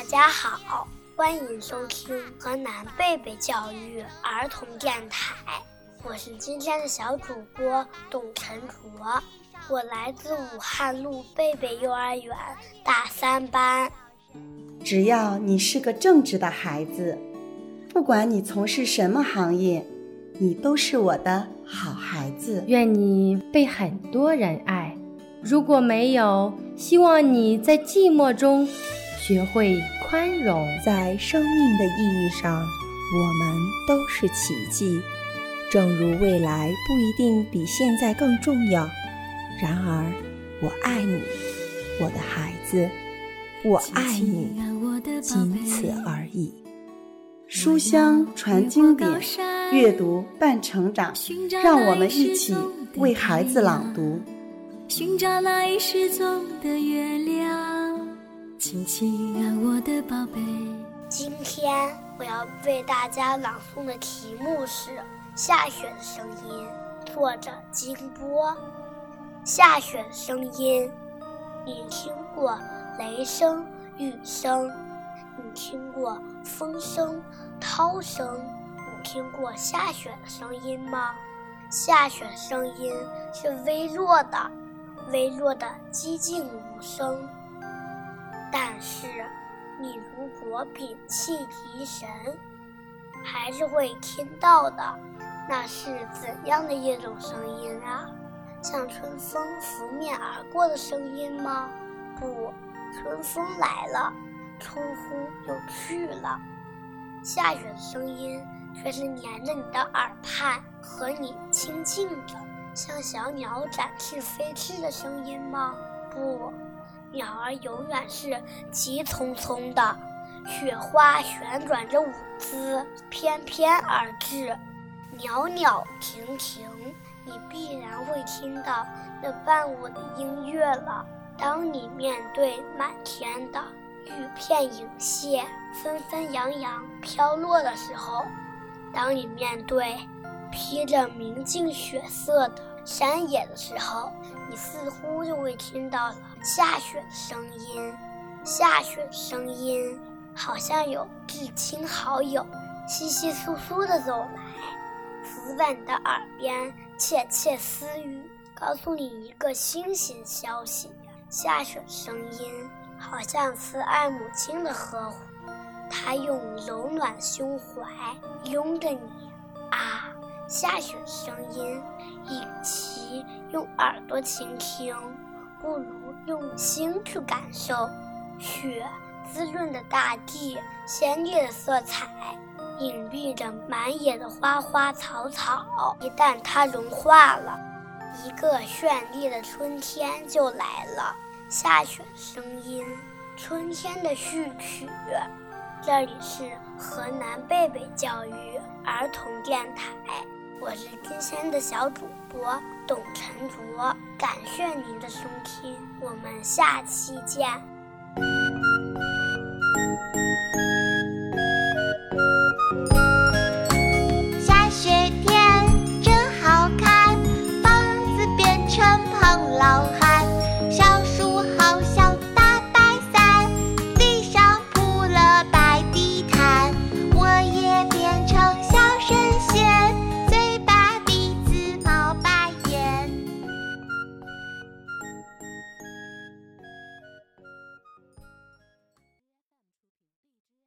家好，欢迎收听河南贝贝教育儿童电台，我是今天的小主播董晨卓，我来自武汉路贝贝幼儿园大3班。 只要你是个正直的孩子，不管你从事什么行业，你都是我的好孩子。 愿你被很多人爱，如果没有，希望你在寂寞中学会宽容。 在生命的意义上，我们都是奇迹。正如未来不一定比现在更重要，然而我爱你，我的孩子，我爱你，仅此而已。 书香传经典，阅读伴成长，让我们一起为孩子朗读。 寻找那已失踪的月亮，亲亲啊我的宝贝。 今天我要为大家朗诵的题目是下雪的声音，作者金波。下雪的声音，你听过雷声、雨声，你听过风声、涛声，你听过下雪的声音吗？下雪的声音是微弱的寂静无声，但是你如果屏气提神，还是会听到的。那是怎样的一种声音啊？像春风拂面而过的声音吗？不，春风来了，春呼又去了。下雪的声音却是粘着你的耳畔，和你亲近着。像小鸟展翅飞翅的声音吗？不，鸟儿永远是急匆匆的，雪花旋转着舞姿，翩翩而至。袅袅婷婷，你必然会听到那伴舞的音乐了。当你面对满天的雨片影泻，纷纷扬扬飘落的时候，当你面对披着明净雪色的山野的时候，你似乎就会听到了下雪的声音。下雪的声音好像有至亲好友稀稀疏疏地走来，伏在你的耳边窃窃私语，告诉你一个新鲜消息。下雪的声音好像慈爱母亲的呵护，她用柔暖胸怀拥着你啊。下雪的声音，与其用耳朵倾听，不如用心去感受。雪滋润的大地，鲜丽的色彩，隐蔽着满野的花花草草。一旦它融化了，一个绚丽的春天就来了。下雪的声音，春天的序曲。这里是河南贝贝教育儿童电台，我是今天的小主播董晨卓，感谢您的收听，我们下期见。